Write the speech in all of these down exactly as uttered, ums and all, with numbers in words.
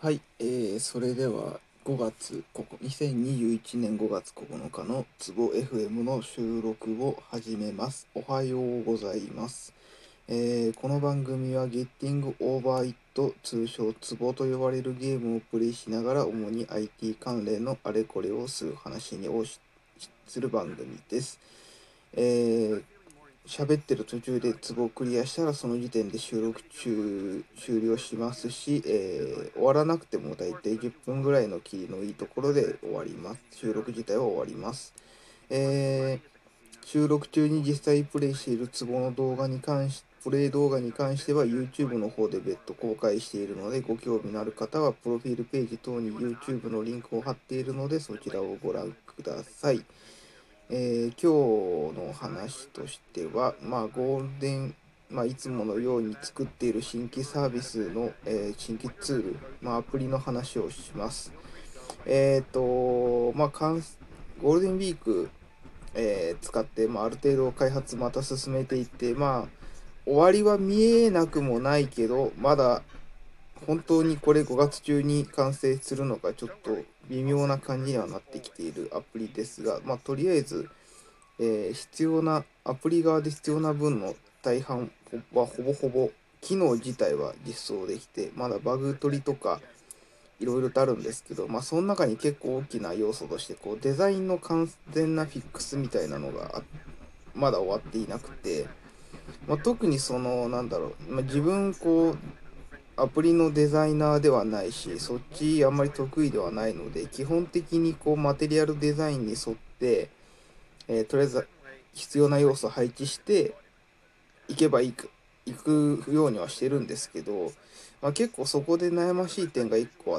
はい、えー、それではごがつここにせんにじゅういちねんごがつここのかのツボ エフエム の収録を始めます。おはようございます。えーこの番組は Getting Over It 通称ツボと呼ばれるゲームをプレイしながら主に アイティー 関連のあれこれをする話にをしする番組です。えー喋ってる途中でツボをクリアしたらその時点で収録中終了しますし、えー終わらなくてもだいたいじゅっぷんぐらいの切りのいいところで終わります。収録自体は終わります。えー収録中に実際プレイしているツボの動画に関し、プレイ動画に関しては YouTube の方で別途公開しているので、ご興味のある方はプロフィールページ等に YouTube のリンクを貼っているので、そちらをご覧ください。えー今日の話としては、まあ、ゴールデン、まあ、いつものように作っている新規サービスの、えー新規ツール、まあ、アプリの話をします。えっ、と、まあ、かんゴールデンウィーク、えー使って、まあ、ある程度開発また進めていって、まあ、終わりは見えなくもないけど、まだ本当にこれごがつ中に完成するのかちょっと微妙な感じにはなってきているアプリですが、まあ、とりあえず、えー必要な、アプリ側で必要な分の大半はほぼほぼ機能自体は実装できて、まだバグ取りとかいろいろとあるんですけど、まあその中に結構大きな要素として、こうデザインの完全なフィックスみたいなのがまだ終わっていなくて、まあ、特にその、なんだろう、まあ、自分こう、アプリのデザイナーではないし、そっちあんまり得意ではないので、基本的にこうマテリアルデザインに沿って、えーとりあえず必要な要素を配置していけばいく、いくようにはしてるんですけど、まあ、結構そこで悩ましい点がいっこあって、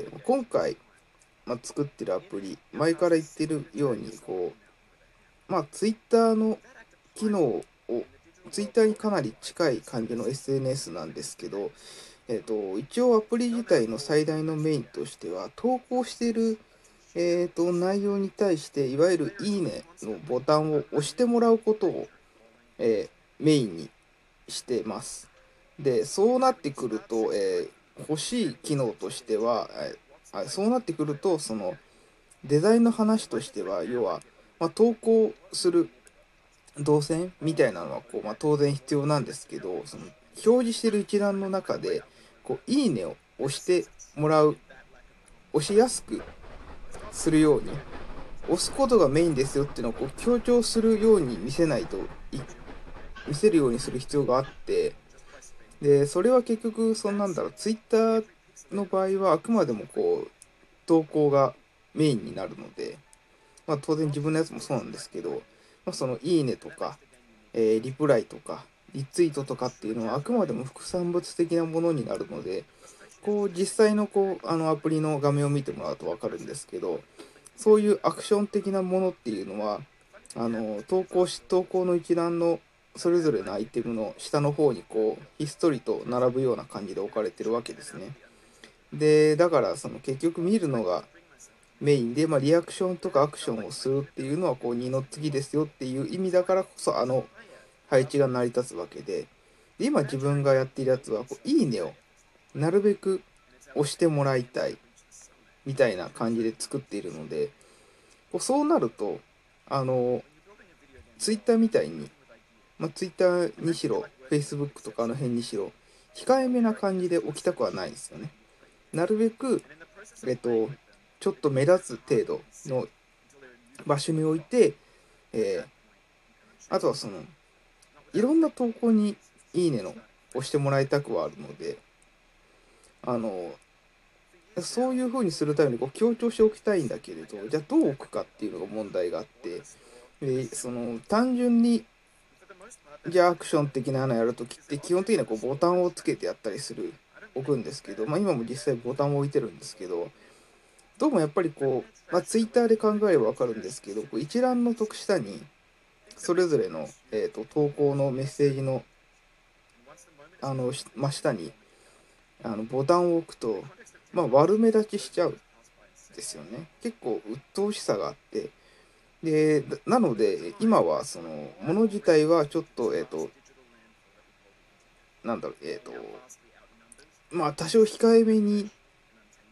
今回、まあ、作ってるアプリ、前から言ってるように、こう、まあ、Twitter の機能を、Twitter にかなり近い感じの エスエヌエス なんですけど、えっと、一応アプリ自体の最大のメインとしては、投稿している、えっと、内容に対して、いわゆるいいねのボタンを押してもらうことを、えーメインにしてます。で、そうなってくると、えー欲しい機能としては、えーそうなってくると、そのデザインの話としては、要は、まあ、投稿する動線みたいなのはこう、まあ、当然必要なんですけど、その表示してる一覧の中で、こう、いいねを押してもらう、押しやすくするように、押すことがメインですよっていうのをこう強調するように見せないとい、見せるようにする必要があって、で、それは結局、そんなんだろう、ツイッターの場合はあくまでもこう、投稿がメインになるので、まあ当然自分のやつもそうなんですけど、まあ、そのいいねとか、えーリプライとか、リツイートとかっていうのはあくまでも副産物的なものになるので、こう実際のこうあのアプリの画面を見てもらうと分かるんですけど、そういうアクション的なものっていうのは、あの投稿し投稿の一覧のそれぞれのアイテムの下の方にこうひっそりと並ぶような感じで置かれてるわけですね。で、だからその結局見るのがメインで、まあ、リアクションとかアクションをするっていうのはこう二の次ですよっていう意味だからこそあの配置が成り立つわけで、で今自分がやっているやつはこういいねをなるべく押してもらいたいみたいな感じで作っているので、こうそうなると、あの、ツイッターみたいに、まあ、ツイッターにしろ、フェイスブックとかあの辺にしろ、控えめな感じで置きたくはないですよね。なるべく、えっと、ちょっと目立つ程度の場所に置いて、えーあとはその、いろんな投稿にいいねの押してもらいたくはあるので、あの、そういう風にするためにこう強調しておきたいんだけれど、じゃあどう置くかっていうのが問題があって、で、その単純にじゃあアクション的なのやるときって基本的にはこうボタンをつけてやったりする、置くんですけど、まあ今も実際ボタンを置いてるんですけど、どうもやっぱりこう、まあツイッターで考えればわかるんですけど、こう一覧の得下にそれぞれの、えーと、投稿のメッセージのあの真下にあのボタンを置くと、まあ悪目立ちしちゃうんですよね。結構鬱陶しさがあって、で、なので今はそのもの自体はちょっと、えっと、なんだろう、えっと、まあ多少控えめに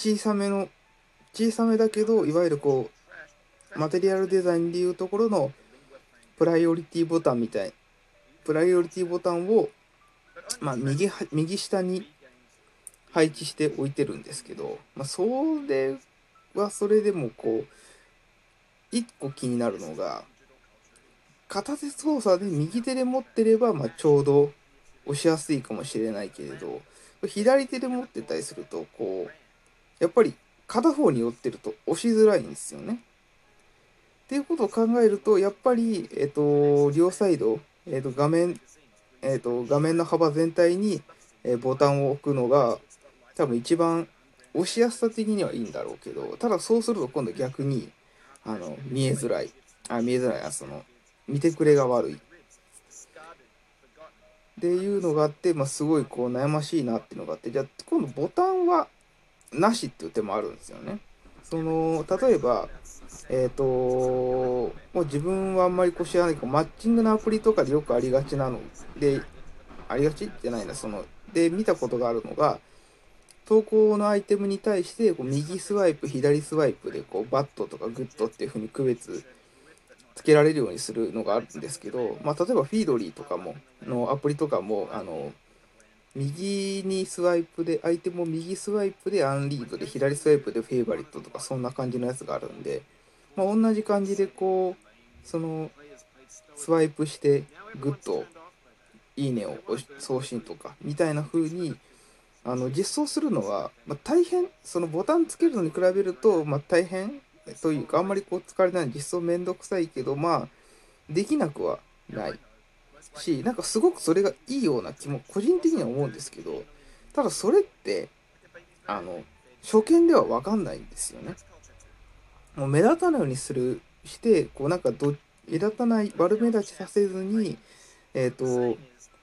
小さめの小さめだけど、いわゆるこうマテリアルデザインでいうところのプライオリティボタンみたいプライオリティボタンを、まあ、右は右下に配置して置いてるんですけど、まあ、それはそれでもこう一個気になるのが、片手操作で右手で持ってれば、まあ、ちょうど押しやすいかもしれないけれど、左手で持ってたりするとこうやっぱり片方に寄ってると押しづらいんですよね。っていうことを考えると、やっぱり、えっと、両サイド、えっと、画面、えっと、画面の幅全体に、えーボタンを置くのが多分一番押しやすさ的にはいいんだろうけど、ただそうすると今度逆にあの見えづらい、あ、見えづらい、あ、その見てくれが悪いっていうのがあって、まあ、すごいこう悩ましいなっていうのがあって、じゃあ今度ボタンはなしっていう手もあるんですよね。その例えば、えっともう自分はあんまりこう知らないけど、マッチングのアプリとかでよくありがちなので、ありがちじゃないな、そので見たことがあるのが、投稿のアイテムに対してこう右スワイプ左スワイプでこうバットとかグッドっていう風に区別つけられるようにするのがあるんですけど、まあ、例えばフィードリーとかものアプリとかも、あの右にスワイプで、相手も右スワイプでアンリードで、左スワイプでフェイバリットとか、そんな感じのやつがあるんで、まあ、同じ感じでこう、その、スワイプして、グッド、いいねを押し送信とか、みたいな風に、あの、実装するのは、まあ、大変、そのボタンつけるのに比べると、まあ、大変というか、あんまりこう使われない、実装めんどくさいけど、まあ、できなくはないし、なんかすごくそれがいいような気も個人的には思うんですけど、ただそれってあの初見では分かんないんですよね。もう目立たないようにするしてこうなんかど目立たない悪目立ちさせずに、えっと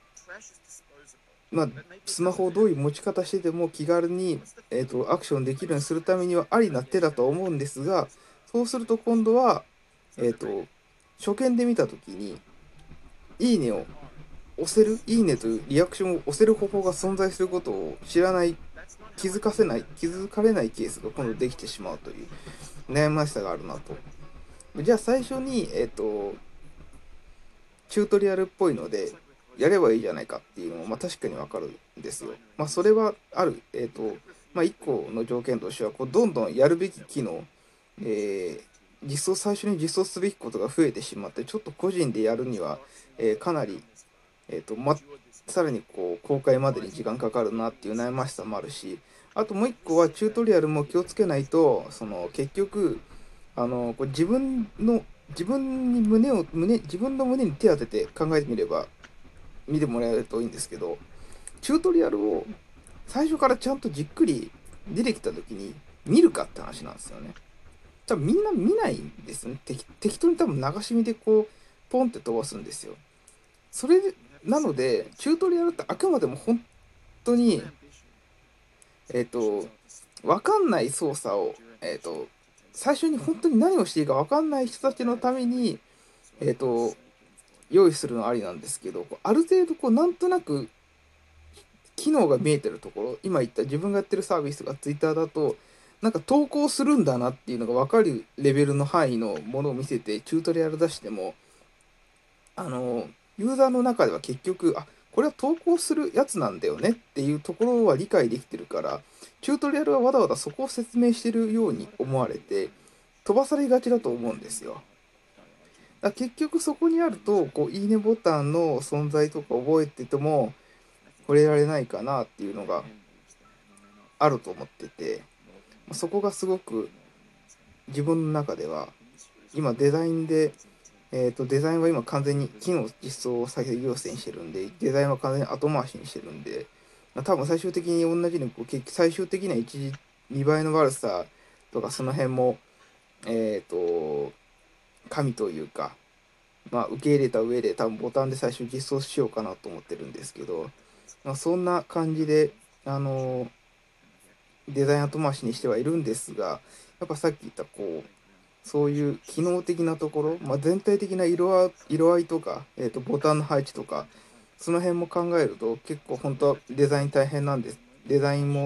まあスマホをどういう持ち方してても気軽に、えっとアクションできるようにするためにはありな手だと思うんですが、そうすると今度は、えっと初見で見た時にいいねを押せる、いいねというリアクションを押せる方法が存在することを知らない、気づかせない、気づかれないケースが今度できてしまうという悩ましさがあるなと。じゃあ最初に、えっと、チュートリアルっぽいので、やればいいじゃないかっていうのも、まあ、確かにわかるんですよ。まあ、それはある、えっと、まあ、いっこの条件としては、こうどんどんやるべき機能、えー実装、最初に実装すべきことが増えてしまって、ちょっと個人でやるには、えーかなりえーとま、さらにこう公開までに時間かかるなっていう悩ましさもあるし、あともう一個はチュートリアルも気をつけないと、その結局あのこれ自分の自分に胸を胸自分の胸に手を当てて考えてみれば見てもらえるといいんですけど、チュートリアルを最初からちゃんとじっくり出てきた時に見るかって話なんですよね。多分みんな見ないんですよね。適適当に多分流し見でこうポンって飛ばすんですよ。それでなのでチュートリアルってあくまでも本当にえっ、と分かんない操作を、えっ、と最初に本当に何をしていいか分かんない人たちのために、えっ、と用意するのはありなんですけど、ある程度こうなんとなく機能が見えてるところ、今言った自分がやってるサービスが Twitter だとなんか投稿するんだなっていうのが分かるレベルの範囲のものを見せてチュートリアル出しても、あのユーザーの中では結局、あ、これは投稿するやつなんだよねっていうところは理解できてるから、チュートリアルはわざわざそこを説明してるように思われて飛ばされがちだと思うんですよ。だから結局そこにあるとこういいねボタンの存在とか覚えてても触れられないかなっていうのがあると思ってて、そこがすごく自分の中では今デザインで、えーと、デザインは今完全に機能実装を最優先してるんで、デザインは完全に後回しにしてるんで、まあ、多分最終的に同じようにこう結局最終的にはいちじ見栄えの悪さとかその辺も、えっ、と神というか、まあ、受け入れた上で多分ボタンで最初実装しようかなと思ってるんですけど、まあ、そんな感じで、あのーデザイン後回しにしてはいるんですが、やっぱさっき言ったこうそういう機能的なところ、まあ、全体的な色あ色合いとか、えーとボタンの配置とかその辺も考えると結構本当はデザイン大変なんです。デザインも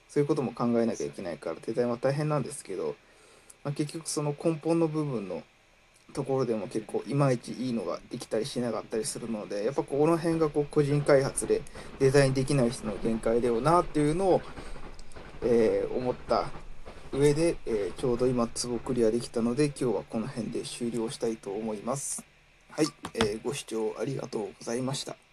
そういうことも考えなきゃいけないからデザインは大変なんですけど、まあ、結局その根本の部分のところでも結構いまいちいいのができたりしなかったりするので、やっぱこの辺がこう個人開発でデザインできない人の限界だよなっていうのを、えー思った上で、えーちょうど今壺クリアできたので、今日はこの辺で終了したいと思います。はい、えーご視聴ありがとうございました。